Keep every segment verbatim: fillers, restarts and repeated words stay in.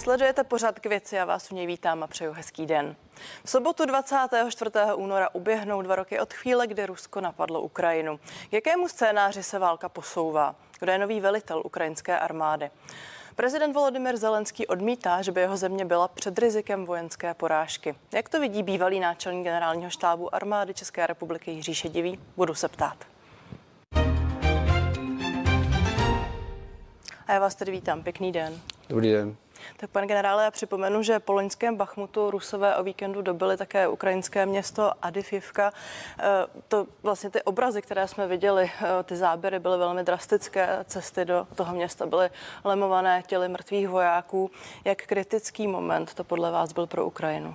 Sledujete pořad K věci, já vás u něj vítám a přeju hezký den. V sobotu dvacátého čtvrtého února uběhnou dva roky od chvíle, kdy Rusko napadlo Ukrajinu. K jakému scénáři se válka posouvá? Kdo je nový velitel ukrajinské armády? Prezident Volodymyr Zelenský odmítá, že by jeho země byla před rizikem vojenské porážky. Jak to vidí bývalý náčelník generálního štábu armády České republiky Jiří Šedivý? Budu se ptát. A já vás tedy vítám. Pěkný den. Dobrý den. Tak pane generále, já připomenu, že po loňském Bachmutu Rusové o víkendu dobyli také ukrajinské město Avdijivka. To vlastně ty obrazy, které jsme viděli, ty záběry byly velmi drastické. Cesty do toho města byly lemované těly mrtvých vojáků. Jak kritický moment to podle vás byl pro Ukrajinu?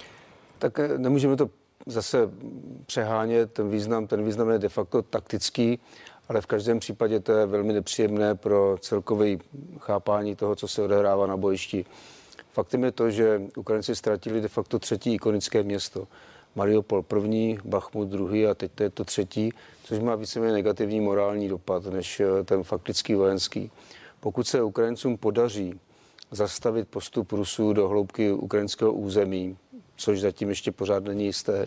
Tak nemůžeme to zase přehánět. Ten význam, ten význam je de facto taktický, ale v každém případě to je velmi nepříjemné pro celkové chápání toho, co se odehrává na bojišti. Faktem je to, že Ukrajinci ztratili de facto třetí ikonické město. Mariupol první, Bachmut druhý a teď to je to třetí, což má víceméně negativní morální dopad než ten faktický vojenský. Pokud se Ukrajincům podaří zastavit postup Rusů do hloubky ukrajinského území, což zatím ještě pořád není jisté,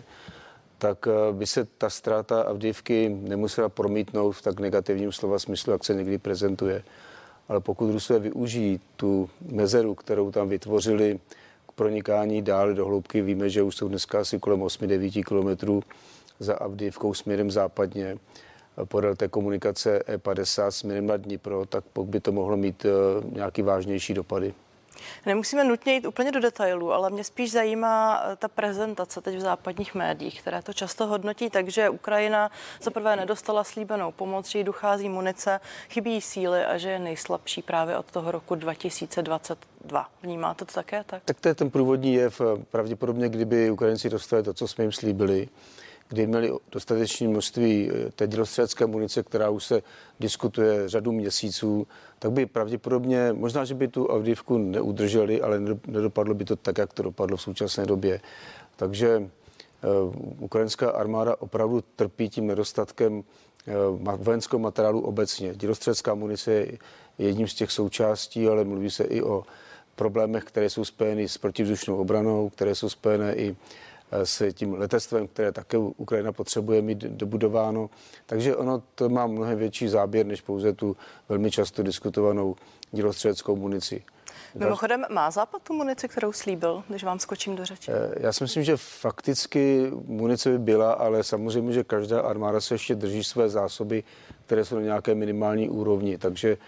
tak by se ta ztráta Avdijivky nemusela promítnout v tak negativním slova smyslu, jak se někdy prezentuje. Ale pokud Rusové využijí tu mezeru, kterou tam vytvořili k pronikání dál do hloubky, víme, že už jsou dneska asi kolem osm devět kilometrů za Avdijivkou směrem západně, podél té komunikace E padesát směrem na Dnipro, tak pokud by to mohlo mít nějaký vážnější dopady. Nemusíme nutně jít úplně do detailů, ale mě spíš zajímá ta prezentace teď v západních médiích, které to často hodnotí, takže Ukrajina zaprvé nedostala slíbenou pomoc, že jí dochází munice, chybí síly a že je nejslabší právě od toho roku dva tisíce dvacet dva. Vnímáte to také tak? Tak to je ten průvodní jev. Pravděpodobně, kdyby Ukrajinci dostali to, co jsme jim slíbili, kdy měli dostatečné množství té dělostřelecké munice, která už se diskutuje řadu měsíců, tak by pravděpodobně, možná, že by tu Avdijivku neudrželi, ale nedopadlo by to tak, jak to dopadlo v současné době. Takže uh, ukrajinská armáda opravdu trpí tím nedostatkem uh, vojenského materiálu obecně. Dělostřelecká munice je jedním z těch součástí, ale mluví se i o problémech, které jsou spojeny s protivzdušnou obranou, které jsou spojené i s tím letectvem, které také Ukrajina potřebuje mít dobudováno. Takže ono to má mnohem větší záběr, než pouze tu velmi často diskutovanou dělostřeleckou munici. Mimochodem, má Západ tu munici, kterou slíbil, když vám skočím do řeči? Já si myslím, že fakticky munice by byla, ale samozřejmě, že každá armáda se ještě drží své zásoby, které jsou na nějaké minimální úrovni. Takže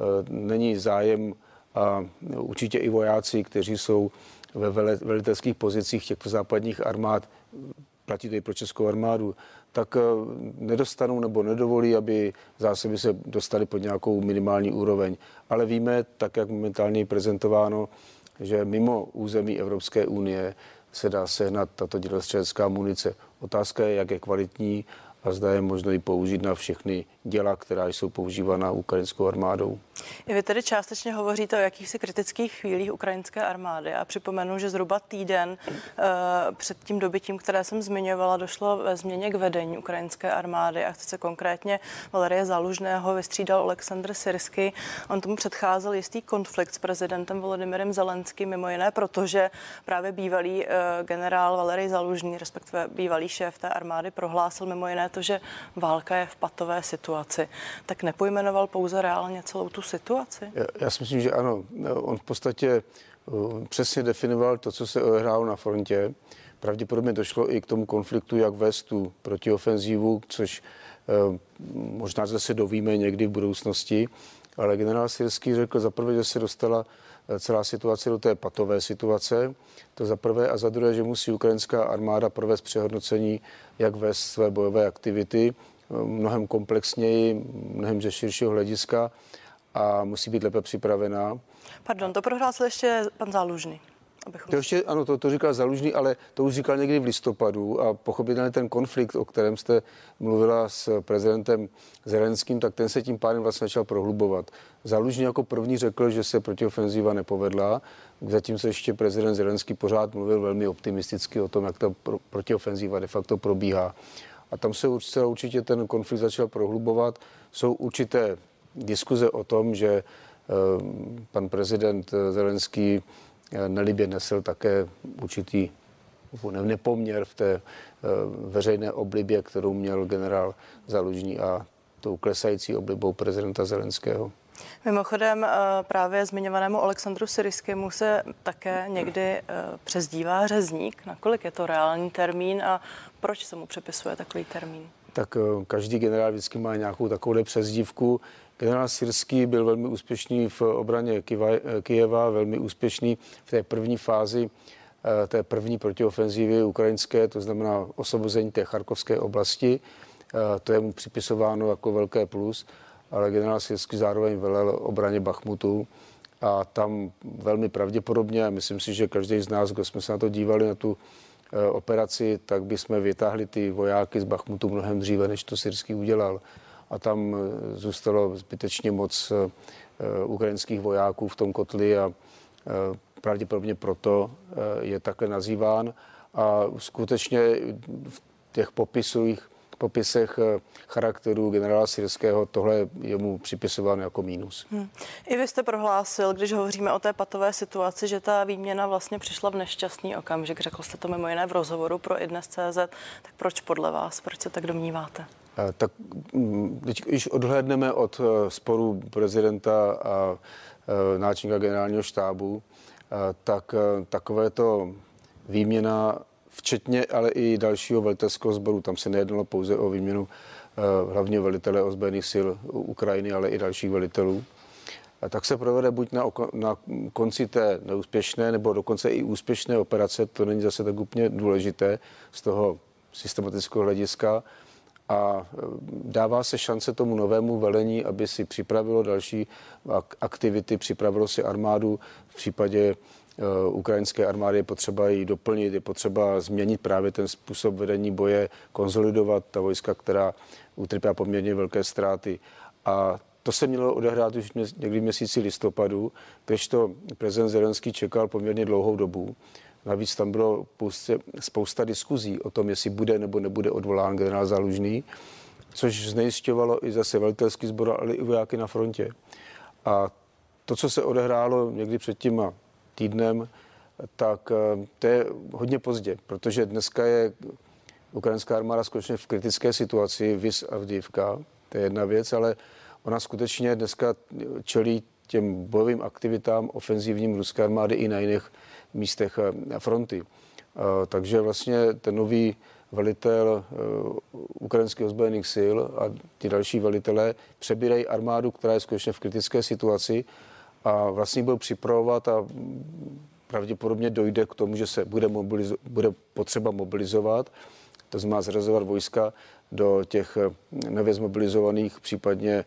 není zájem a určitě i vojáci, kteří jsou ve velitelských pozicích těchto západních armád, platí to i pro českou armádu, tak nedostanou nebo nedovolí, aby zásoby se dostaly pod nějakou minimální úroveň. Ale víme, tak jak momentálně je prezentováno, že mimo území Evropské unie se dá sehnat tato dělostřelecká munice. Otázka je, jak je kvalitní a zda je možno ji použít na všechny děla, která jsou používána ukrajinskou armádou. I vy tedy částečně hovoříte o jakýchsi kritických chvílích ukrajinské armády a připomenu, že zhruba týden uh, před tím dobytím, které jsem zmiňovala, došlo ve změně k vedení ukrajinské armády a chce se konkrétně Valerie Zalužného vystřídal Oleksandr Syrský. On tomu předcházel jistý konflikt s prezidentem Volodymyrem Zelenským, mimo jiné, protože právě bývalý uh, generál Valerij Zalužný, respektive bývalý šéf té armády, prohlásil mimo jiné to, že válka je v patové situaci. Tak nepojmenoval pouze reálně celou tu situaci? Já, já si myslím, že ano. On v podstatě uh, přesně definoval to, co se odehrálo na frontě. Pravděpodobně došlo i k tomu konfliktu, jak vést tu protiofenzívu, což uh, možná zase dovíme někdy v budoucnosti. Ale generál Syrský řekl zaprvé, že se dostala celá situace do té patové situace. To za prvé a za druhé, že musí ukrajinská armáda provést přehodnocení, jak vést své bojové aktivity mnohem komplexněji, mnohem ze širšího hlediska a musí být lépe připravená. Pardon, to prohlásil ještě pan Zalužný. Abychom... To ještě, ano, to, to říkal Zalužný, ale to už říkal někdy v listopadu a pochopitelně ten konflikt, o kterém jste mluvila s prezidentem Zelenským, tak ten se tím pádem vlastně začal prohlubovat. Zalužný jako první řekl, že se protiofenziva nepovedla, zatímco ještě prezident Zelenský pořád mluvil velmi optimisticky o tom, jak ta pro, protiofenziva de facto probíhá. A tam se určitě, určitě ten konflikt začal prohlubovat. Jsou určité diskuze o tom, že eh, pan prezident Zelenský nelibě nesl také určitý nepoměr v té veřejné oblibě, kterou měl generál Zalužný a tou klesající oblibou prezidenta Zelenského. Mimochodem právě zmiňovanému Alexandru Syrskému se také někdy přezdívá řezník. Nakolik je to reálný termín a proč se mu připisuje takový termín? Tak každý generál vždycky má nějakou takovou přezdívku. Generál Syrský byl velmi úspěšný v obraně Kyjeva, velmi úspěšný v té první fázi té první protiofenzívy ukrajinské, to znamená osvobození té charkovské oblasti. To je mu připisováno jako velké plus, ale generál Syrský zároveň velel obraně Bachmutu a tam velmi pravděpodobně, a myslím si, že každý z nás, kdo jsme se na to dívali, na tu operaci, tak bychom vytáhli ty vojáky z Bachmutu mnohem dříve, než to Syrský udělal. A tam zůstalo zbytečně moc ukrajinských vojáků v tom kotli a pravděpodobně proto je takhle nazýván. A skutečně v těch popisech, popisech charakteru generála Syrského tohle je mu připisováno jako mínus. Hmm. I vy jste prohlásil, když hovoříme o té patové situaci, že ta výměna vlastně přišla v nešťastný okamžik. Řekl jste to mimo jiné v rozhovoru pro i dnes tečka cé zet. Tak proč podle vás? Proč se tak domníváte? Tak teď, když odhlédneme od sporu prezidenta a náčelníka generálního štábu, tak takovéto výměna, včetně ale i dalšího velitelského sboru, tam se nejednalo pouze o výměnu hlavně velitele ozbrojených sil Ukrajiny, ale i dalších velitelů, tak se provede buď na, na konci té neúspěšné, nebo dokonce i úspěšné operace, to není zase tak úplně důležité z toho systematického hlediska, a dává se šance tomu novému velení, aby si připravilo další aktivity, připravilo si armádu. V případě uh, ukrajinské armády je potřeba ji doplnit, je potřeba změnit právě ten způsob vedení boje, konsolidovat ta vojska, která utrpěla poměrně velké ztráty. A to se mělo odehrát už někdy v měsíci listopadu, kdežto prezident Zelenský čekal poměrně dlouhou dobu. Navíc tam bylo spousta diskuzí o tom, jestli bude nebo nebude odvolán generál Zalužný, což znejisťovalo i zase velitelský sbor, ale i vojáky na frontě. A to, co se odehrálo někdy před tím týdnem, tak to je hodně pozdě, protože dneska je ukrajinská armáda skutečně v kritické situaci, vis Avdijivka, to je jedna věc, ale ona skutečně dneska čelí těm bojovým aktivitám ofenzivním ruské armády i na jiných místech fronty. Takže vlastně ten nový velitel ukrajinských ozbrojených sil a ti další velitelé přebírají armádu, která je skutečně v kritické situaci a vlastně budou připravovat a pravděpodobně dojde k tomu, že se bude, mobilizo- bude potřeba mobilizovat, to znamená zrazovat vojska do těch nově zmobilizovaných, případně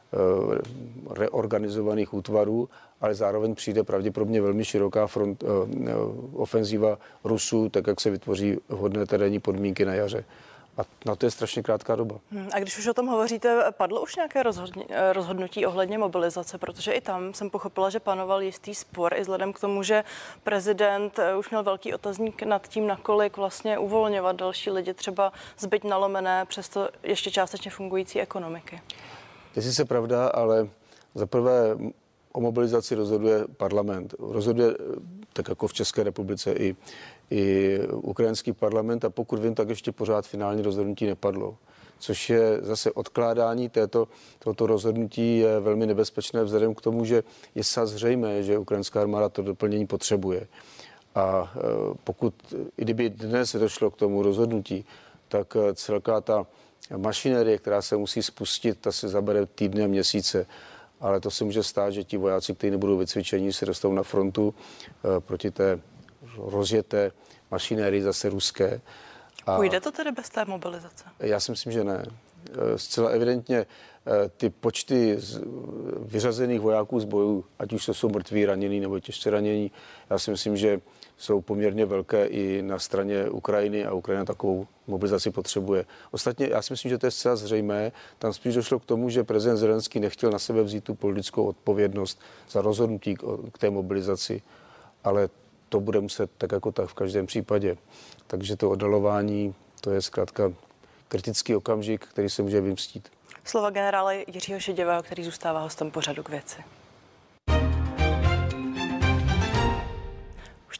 reorganizovaných útvarů, ale zároveň přijde pravděpodobně velmi široká front, ofenzíva Rusů, tak jak se vytvoří vhodné terénní podmínky na jaře. A na to je strašně krátká doba. Hmm, a když už o tom hovoříte, padlo už nějaké rozhodnutí ohledně mobilizace, protože i tam jsem pochopila, že panoval jistý spor i vzhledem k tomu, že prezident už měl velký otazník nad tím, nakolik vlastně uvolňovat další lidi, třeba zbyť nalomené, přesto ještě částečně fungující ekonomiky. Je sice pravda, ale zaprvé o mobilizaci rozhoduje parlament. Rozhoduje, tak jako v České republice, i, i ukrajinský parlament a pokud vím, tak ještě pořád finální rozhodnutí nepadlo. Což je zase odkládání této, tohoto rozhodnutí je velmi nebezpečné vzhledem k tomu, že je zřejmé, že ukrajinská armáda to doplnění potřebuje. A pokud, i kdyby dnes došlo k tomu rozhodnutí, tak celká ta mašinérie, která se musí spustit, ta se zabere týdny a měsíce. Ale to se může stát, že ti vojáci, kteří nebudou vycvičení, se dostanou na frontu e, proti té rozjeté mašinérii zase ruské. A půjde to tedy bez té mobilizace? Já si myslím, že ne. E, zcela evidentně e, ty počty z, vyřazených vojáků z bojů, ať už to jsou mrtví, ranění nebo těžce ranění, já si myslím, že jsou poměrně velké i na straně Ukrajiny a Ukrajina takovou mobilizaci potřebuje. Ostatně já si myslím, že to je zcela zřejmé. Tam spíš došlo k tomu, že prezident Zelenský nechtěl na sebe vzít tu politickou odpovědnost za rozhodnutí k té mobilizaci, ale to bude muset tak jako tak v každém případě. Takže to oddalování, to je zkrátka kritický okamžik, který se může vymstít. Slova generála Jiřího Šeděvého, který zůstává hostem pořadu K věci.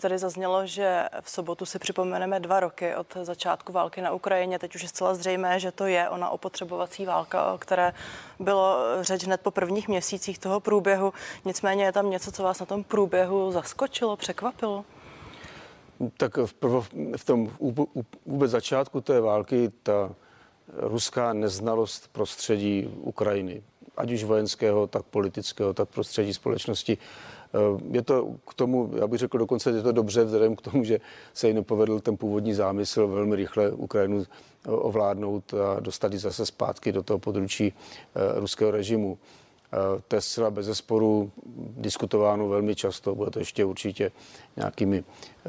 tady zaznělo, že v sobotu si připomeneme dva roky od začátku války na Ukrajině. Teď už je zcela zřejmé, že to je ona opotřebovací válka, o které bylo řeč hned po prvních měsících toho průběhu. Nicméně je tam něco, co vás na tom průběhu zaskočilo, překvapilo? Tak v, prvo, v tom vůbec začátku té války ta ruská neznalost prostředí Ukrajiny, ať už vojenského, tak politického, tak prostředí společnosti. Je to k tomu, já bych řekl dokonce, je to dobře vzhledem k tomu, že se jí nepovedl ten původní zámysl velmi rychle Ukrajinu ovládnout a dostat ji zase zpátky do toho područí ruského režimu. To je zcela bezesporu diskutováno velmi často, bude to ještě určitě nějakými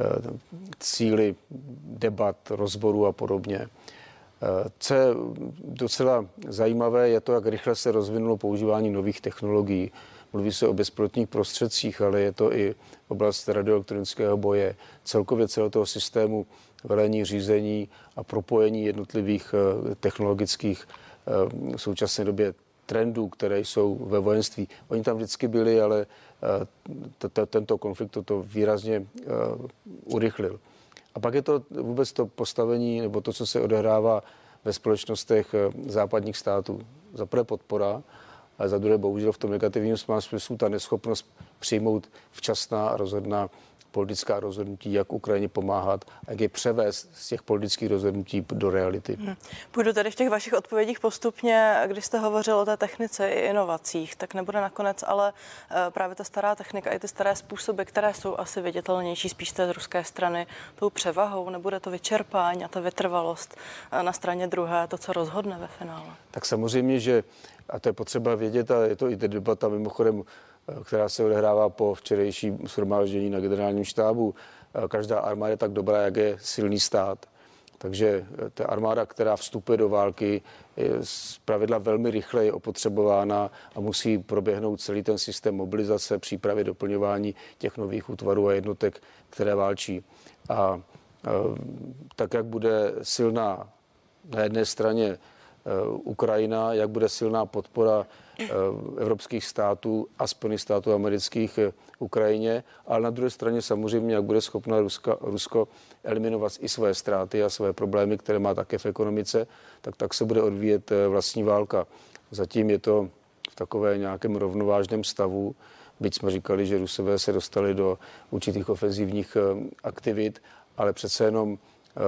cíli debat, rozborů a podobně. Co je docela zajímavé, je to, jak rychle se rozvinulo používání nových technologií. Mluví se o bezpilotních prostředcích, ale je to i oblast radioelektronického boje, celkově celého toho systému velení, řízení a propojení jednotlivých technologických v současné době trendů, které jsou ve vojenství. Oni tam vždycky byli, ale tento konflikt to výrazně urychlil. A pak je to vůbec to postavení, nebo to, co se odehrává ve společnostech západních států. Za prvé podpora, ale za druhé bohužel v tom negativním smyslu ta neschopnost přijmout včasná a rozhodná politická rozhodnutí, jak Ukrajině pomáhat a jak je převést z těch politických rozhodnutí do reality. Hmm. Půjdu tady v těch vašich odpovědích postupně. Když jste hovořil o té technice i inovacích, tak nebude nakonec ale právě ta stará technika i ty staré způsoby, které jsou asi viditelnější spíš z té ruské strany, tou převahou, nebude to vyčerpání a ta vytrvalost na straně druhé, to, co rozhodne ve finále. Tak samozřejmě, že a to je potřeba vědět a je to i debata mimochodem, která se odehrává po včerejším shromáždění na generálním štábu. Každá armáda je tak dobrá, jak je silný stát. Takže ta armáda, která vstupuje do války, je zpravidla velmi rychle je opotřebována a musí proběhnout celý ten systém mobilizace, přípravy, doplňování těch nových útvarů a jednotek, které válčí. A tak, jak bude silná na jedné straně Ukrajina, jak bude silná podpora evropských států a Spojených států amerických Ukrajině, ale na druhé straně samozřejmě, jak bude schopna Ruska, Rusko eliminovat i své ztráty a své problémy, které má také v ekonomice, tak tak se bude odvíjet vlastní válka. Zatím je to v takové nějakém rovnovážném stavu, byť jsme říkali, že Rusové se dostali do určitých ofenzivních aktivit, ale přece jenom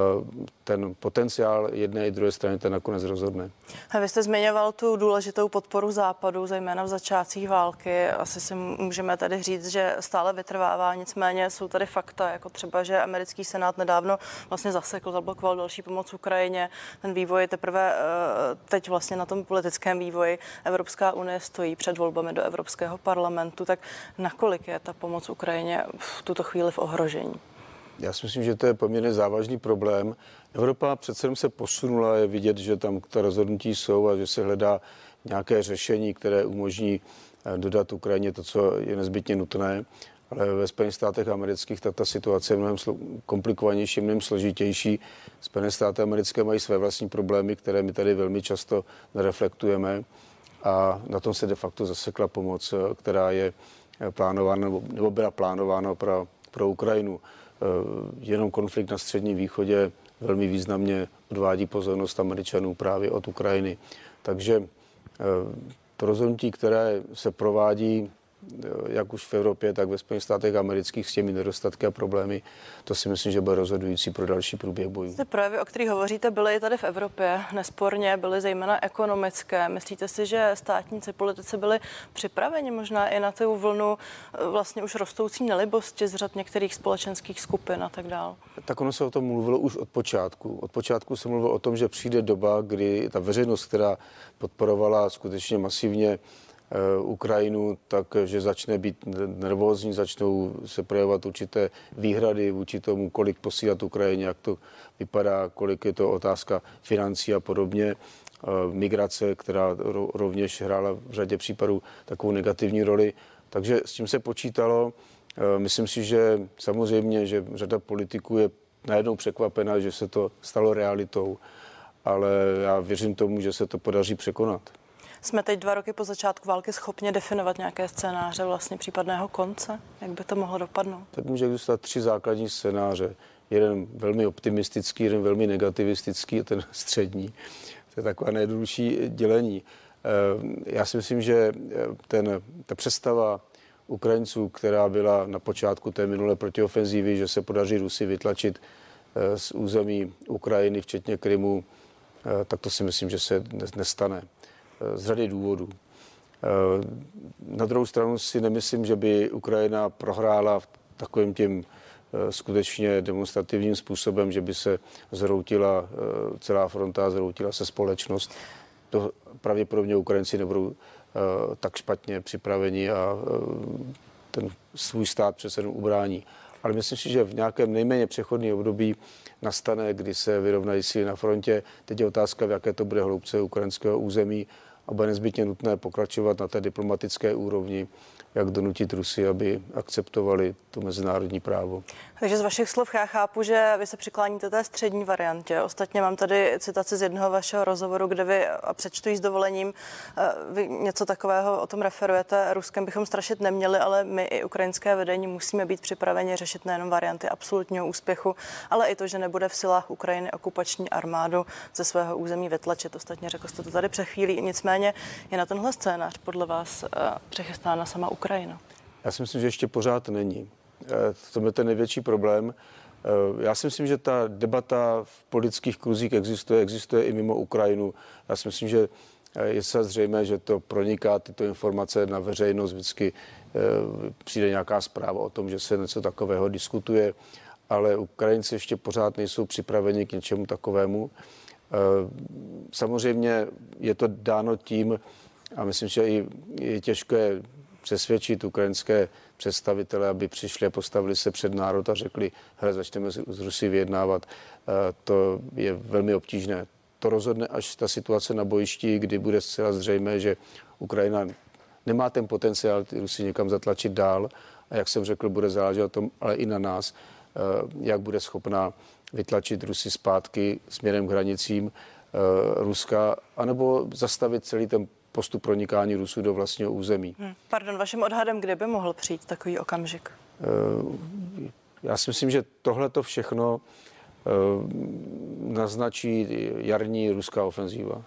ten potenciál jedné i druhé strany ten nakonec rozhodne. A vy jste zmiňoval tu důležitou podporu Západu, zejména v začátcích války. Asi si můžeme tady říct, že stále vytrvává, nicméně jsou tady fakta, jako třeba, že americký senát nedávno vlastně zasekl, zablokoval další pomoc Ukrajině. Ten vývoj teprve teď vlastně na tom politickém vývoji Evropská unie stojí před volbami do Evropského parlamentu. Tak nakolik je ta pomoc Ukrajině v tuto chvíli v ohrožení? Já si myslím, že to je poměrně závažný problém. Evropa přece jenom se posunula, je vidět, že tam ta rozhodnutí jsou a že se hledá nějaké řešení, které umožní dodat Ukrajině to, co je nezbytně nutné. Ale ve Spojených státech amerických ta, ta situace je mnohem komplikovanější, mnohem složitější. Spojené státy americké mají své vlastní problémy, které my tady velmi často nereflektujeme. A na tom se de facto zasekla pomoc, která je plánována nebo byla plánována pro, pro Ukrajinu. Jenom konflikt na Středním východě velmi významně odvádí pozornost Američanů právě od Ukrajiny. Takže to rozhodnutí, které se provádí jak už v Evropě, tak ve Spojených státech amerických s těmi nedostatky a problémy, to si myslím, že bude rozhodující pro další průběh bojů. Ty projevy, o kterých hovoříte, byly i tady v Evropě. Nesporně byly zejména ekonomické. Myslíte si, že státníci, politici byli připraveni možná i na tu vlnu vlastně už rostoucí nelibosti z řad některých společenských skupin a tak dále? Tak ono se o tom mluvilo už od počátku. Od počátku se mluvilo o tom, že přijde doba, kdy ta veřejnost, která podporovala skutečně masivně Ukrajinu, takže začne být nervózní, začnou se projevovat určité výhrady vůči tomu, kolik posílat Ukrajině, jak to vypadá, kolik je to otázka financí a podobně. Migrace, která rovněž hrála v řadě případů takovou negativní roli. Takže s tím se počítalo. Myslím si, že samozřejmě, že řada politiků je najednou překvapena, že se to stalo realitou, ale já věřím tomu, že se to podaří překonat. Jsme teď dva roky po začátku války schopni definovat nějaké scénáře vlastně případného konce? Jak by to mohlo dopadnout? Tak může existovat tři základní scénáře. Jeden velmi optimistický, jeden velmi negativistický a ten střední. To je takové nejjednodušší dělení. Já si myslím, že ten, ta představa Ukrajinců, která byla na počátku té minulé protiofenzívy, že se podaří Rusy vytlačit z území Ukrajiny, včetně Krymu, tak to si myslím, že se nestane. Z řady důvodů. Na druhou stranu si nemyslím, že by Ukrajina prohrála v takovým tím skutečně demonstrativním způsobem, že by se zhroutila celá fronta, zhroutila se společnost. To pravděpodobně Ukrajinci nebudou tak špatně připraveni a ten svůj stát přece jenom ubrání. Ale myslím si, že v nějakém nejméně přechodný období nastane, kdy se vyrovnají síly na frontě. Teď je otázka, v jaké to bude hloubce ukrajinského území a bude nezbytně nutné pokračovat na té diplomatické úrovni, jak donutit Rusy, aby akceptovali to mezinárodní právo. Takže z vašich slov já chápu, že vy se přikláníte té střední variantě. Ostatně mám tady citaci z jednoho vašeho rozhovoru, kde vy, a přečtu ji s dovolením, vy něco takového o tom referujete. Ruskem bychom strašit neměli, ale my i ukrajinské vedení musíme být připraveni řešit nejenom varianty absolutního úspěchu, ale i to, že nebude v silách Ukrajiny okupační armádu ze svého území vytlačit. Ostatně řekl jste to tady před chvílí. Nicméně je na tenhle scénář podle vás přechystána sama Ukrajina? Já si myslím, že ještě pořád není. To je ten největší problém. Já si myslím, že ta debata v politických kruzích existuje, existuje i mimo Ukrajinu. Já si myslím, že je se zřejmé, že to proniká tyto informace na veřejnost. Vždycky přijde nějaká zpráva o tom, že se něco takového diskutuje, ale Ukrajinci ještě pořád nejsou připraveni k něčemu takovému. Samozřejmě je to dáno tím, a myslím, že i je těžké přesvědčit ukrajinské představitele, aby přišli a postavili se před národ a řekli, hele, začneme s Rusy vyjednávat. To je velmi obtížné. To rozhodne až ta situace na bojišti, kdy bude zcela zřejmé, že Ukrajina nemá ten potenciál ty Rusy někam zatlačit dál. A jak jsem řekl, bude záležet o tom, ale i na nás, jak bude schopná vytlačit Rusy zpátky směrem k hranicím Ruska, anebo zastavit celý ten postup pronikání Rusů do vlastního území. Hmm. Pardon, vaším odhadem, kdy by mohl přijít takový okamžik? Já si myslím, že tohle to všechno naznačí jarní ruská ofenzíva,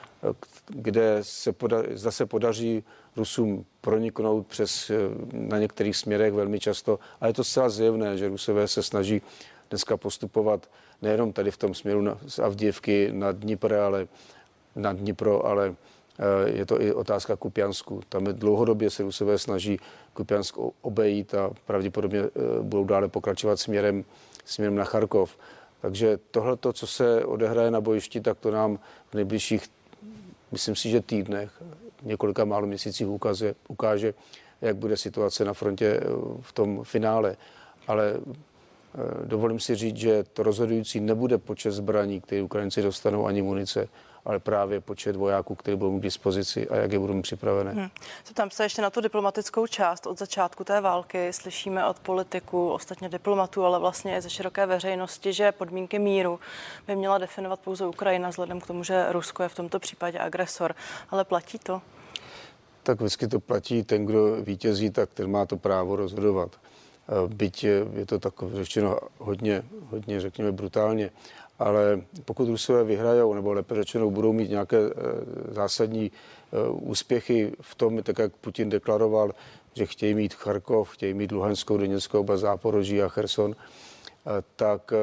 kde se podaří, zda se podaří Rusům proniknout přes, na některých směrech velmi často. A je to zcela zjevné, že Rusové se snaží dneska postupovat nejenom tady v tom směru na, z Avdijevky na Dnipro, ale na Dnipro, ale je to i otázka Kupiansku. Tam je dlouhodobě se Rusové snaží Kupiansk obejít a pravděpodobně budou dále pokračovat směrem, směrem na Charkov. Takže tohle, co se odehraje na bojišti, tak to nám v nejbližších, myslím si, že týdnech, několika málo měsících ukáže, ukáže, jak bude situace na frontě v tom finále. Ale dovolím si říct, že to rozhodující nebude počet zbraní, které Ukrajinci dostanou, ani munice, ale právě počet vojáků, které budou k dispozici a jak je budou připravené. Hmm. Tam se ještě na tu diplomatickou část od začátku té války slyšíme od politiků, ostatně diplomatů, ale vlastně i ze široké veřejnosti, že podmínky míru by měla definovat pouze Ukrajina, vzhledem k tomu, že Rusko je v tomto případě agresor. Ale platí to? Tak vždycky to platí. Ten, kdo vítězí, tak ten má to právo rozhodovat. Byť je to tak řečeno hodně, hodně, řekněme, brutálně. Ale pokud Rusové vyhrajou, nebo lépe řečeno budou mít nějaké zásadní úspěchy v tom, tak jak Putin deklaroval, že chtějí mít Charkov, chtějí mít Luhanskou, Doněckou oblast, Záporoží a Cherson, tak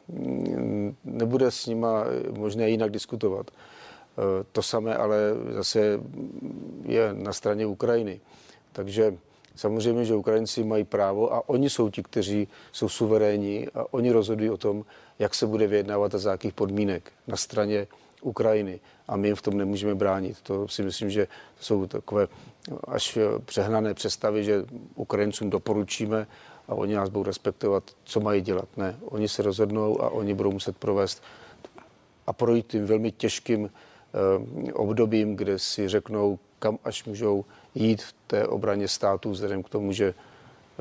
nebude s nima možné jinak diskutovat. To samé ale zase je na straně Ukrajiny. Takže samozřejmě, že Ukrajinci mají právo a oni jsou ti, kteří jsou suverénní a oni rozhodují o tom, jak se bude vyjednávat a za jakých podmínek na straně Ukrajiny. A my jim v tom nemůžeme bránit. To si myslím, že jsou takové až přehnané představy, že Ukrajincům doporučíme a oni nás budou respektovat, co mají dělat. Ne, oni se rozhodnou a oni budou muset provést a projít tím velmi těžkým eh, obdobím, kde si řeknou, kam až můžou jít v té obraně státu, vzhledem k tomu, že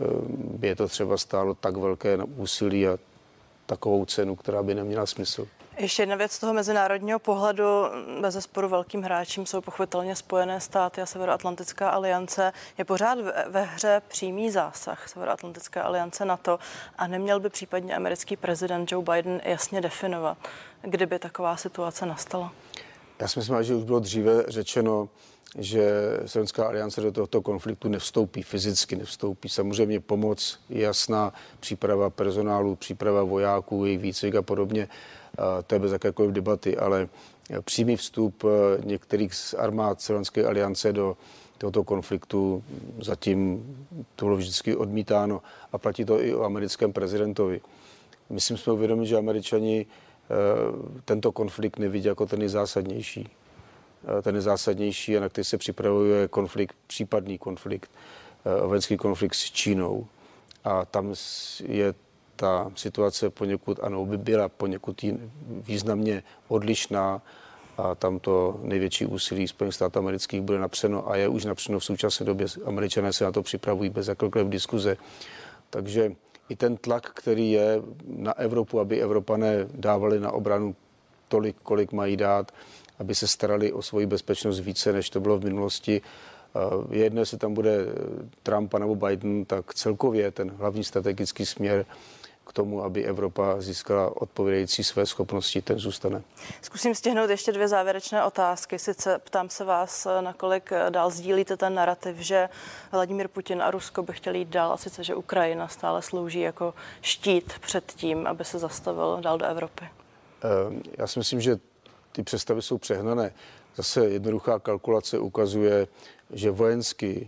by je to třeba stálo tak velké úsilí a takovou cenu, která by neměla smysl. Ještě jedna věc z toho mezinárodního pohledu. Bezesporu velkým hráčem jsou pochopitelně Spojené státy a Severoatlantická aliance. Je pořád ve hře přímý zásah Severoatlantické aliance NATO a neměl by případně americký prezident Joe Biden jasně definovat, kdyby taková situace nastala? Já si myslím, že už bylo dříve řečeno, že Severnská aliance do tohoto konfliktu nevstoupí, fyzicky nevstoupí. Samozřejmě pomoc je jasná, příprava personálu, příprava vojáků, jejich výcvik a podobně. To je bez jakékoliv debaty, ale přímý vstup některých z armád Severské aliance do tohoto konfliktu zatím to bylo vždycky odmítáno a platí to i o americkém prezidentovi. Myslím, jsme uvědomit, že Američani tento konflikt nevidí jako ten nejzásadnější. Ten nejzásadnější, a na který se připravuje konflikt, případný konflikt, vojenský konflikt s Čínou. A tam je ta situace poněkud, ano, by byla poněkud významně odlišná a tam to největší úsilí Spojených států amerických bude napřeno a je už napřeno v současné době. Američané se na to připravují bez jakékoliv diskuze. Takže i ten tlak, který je na Evropu, aby Evropané dávali na obranu tolik, kolik mají dát, aby se starali o svoji bezpečnost více, než to bylo v minulosti. Je jedno, jestli tam bude Trump nebo Biden, tak celkově ten hlavní strategický směr k tomu, aby Evropa získala odpovědající své schopnosti, ten zůstane. Zkusím stihnout ještě dvě závěrečné otázky. Sice ptám se vás, nakolik dál sdílíte ten narrativ, že Vladimír Putin a Rusko by chtěli jít dál, a sice, že Ukrajina stále slouží jako štít před tím, aby se zastavil dál do Evropy. Já si myslím, že ty představy jsou přehnané. Zase jednoduchá kalkulace ukazuje, že vojensky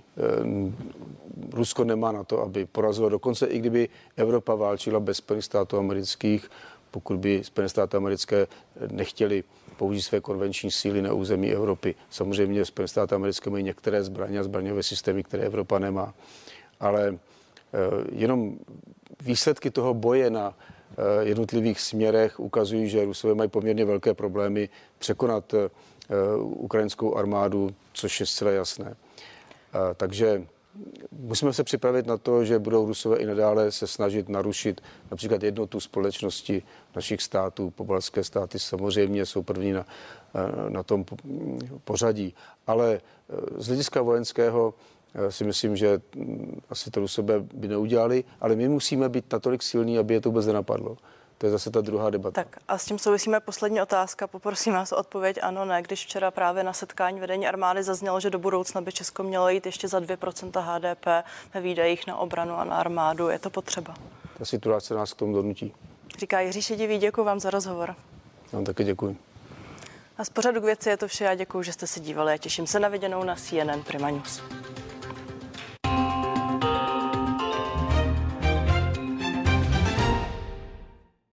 eh, Rusko nemá na to, aby porazilo. Dokonce i kdyby Evropa válčila bez Spojených států amerických, pokud by Spojené státy americké nechtěli použít své konvenční síly na území Evropy. Samozřejmě Spojené státy americké mají některé zbraně a zbraňové systémy, které Evropa nemá. Ale eh, jenom výsledky toho boje na jednotlivých směrech ukazují, že Rusové mají poměrně velké problémy překonat ukrajinskou armádu, což je zcela jasné. Takže musíme se připravit na to, že budou Rusové i nadále se snažit narušit například jednotu společnosti našich států. Pobaltské státy samozřejmě jsou první na, na tom pořadí. Ale z hlediska vojenského si myslím, že asi to Rusové by neudělali, ale my musíme být natolik silní, aby je to vůbec nenapadlo. To je zase ta druhá debata. Tak a s tím souvisíme poslední otázka. Poprosím vás o odpověď ano, ne. Když včera právě na setkání vedení armády zaznělo, že do budoucna by Česko mělo jít ještě za dvě procenta H D P ve výdajích na obranu a na armádu. Je to potřeba? Ta situace nás k tomu donutí. Říká Jiří Šedivý, děkuji vám za rozhovor. Já vám taky děkuji. A z pořadu k věci je to vše. Já děkuji, že jste se dívali a těším se na viděnou na C N N Prima News.